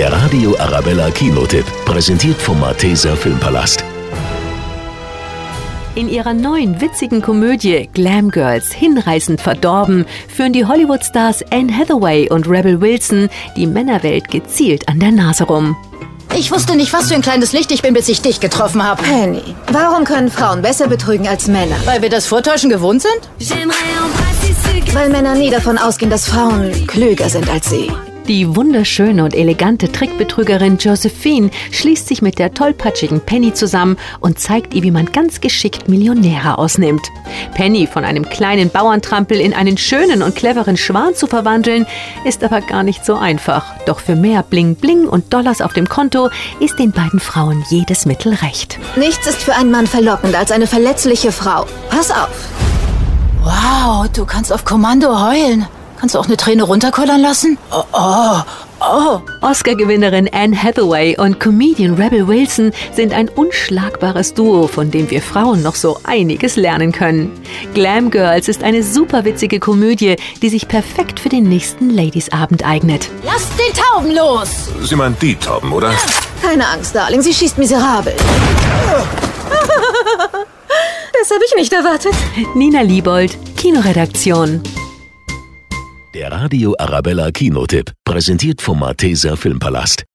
Der Radio Arabella Kinotipp, präsentiert vom Malteser Filmpalast. In ihrer neuen, witzigen Komödie Glam Girls hinreißend verdorben, führen die Hollywood-Stars Anne Hathaway und Rebel Wilson die Männerwelt gezielt an der Nase rum. Ich wusste nicht, was für ein kleines Licht ich bin, bis ich dich getroffen habe. Penny, warum können Frauen besser betrügen als Männer? Weil wir das Vortäuschen gewohnt sind? Weil Männer nie davon ausgehen, dass Frauen klüger sind als sie. Die wunderschöne und elegante Trickbetrügerin Josephine schließt sich mit der tollpatschigen Penny zusammen und zeigt ihr, wie man ganz geschickt Millionäre ausnimmt. Penny von einem kleinen Bauerntrampel in einen schönen und cleveren Schwan zu verwandeln, ist aber gar nicht so einfach. Doch für mehr Bling Bling und Dollars auf dem Konto ist den beiden Frauen jedes Mittel recht. Nichts ist für einen Mann verlockender als eine verletzliche Frau. Pass auf! Wow, du kannst auf Kommando heulen. Kannst du auch eine Träne runterkollern lassen? Oh. Oscar-Gewinnerin Anne Hathaway und Comedian Rebel Wilson sind ein unschlagbares Duo, von dem wir Frauen noch so einiges lernen können. Glam Girls ist eine superwitzige Komödie, die sich perfekt für den nächsten Ladies-Abend eignet. Lasst den Tauben los! Sie meint die Tauben, oder? Keine Angst, Darling, sie schießt miserabel. Das habe ich nicht erwartet. Nina Liebold, Kinoredaktion. Der Radio Arabella Kinotipp, präsentiert vom Malteser Filmpalast.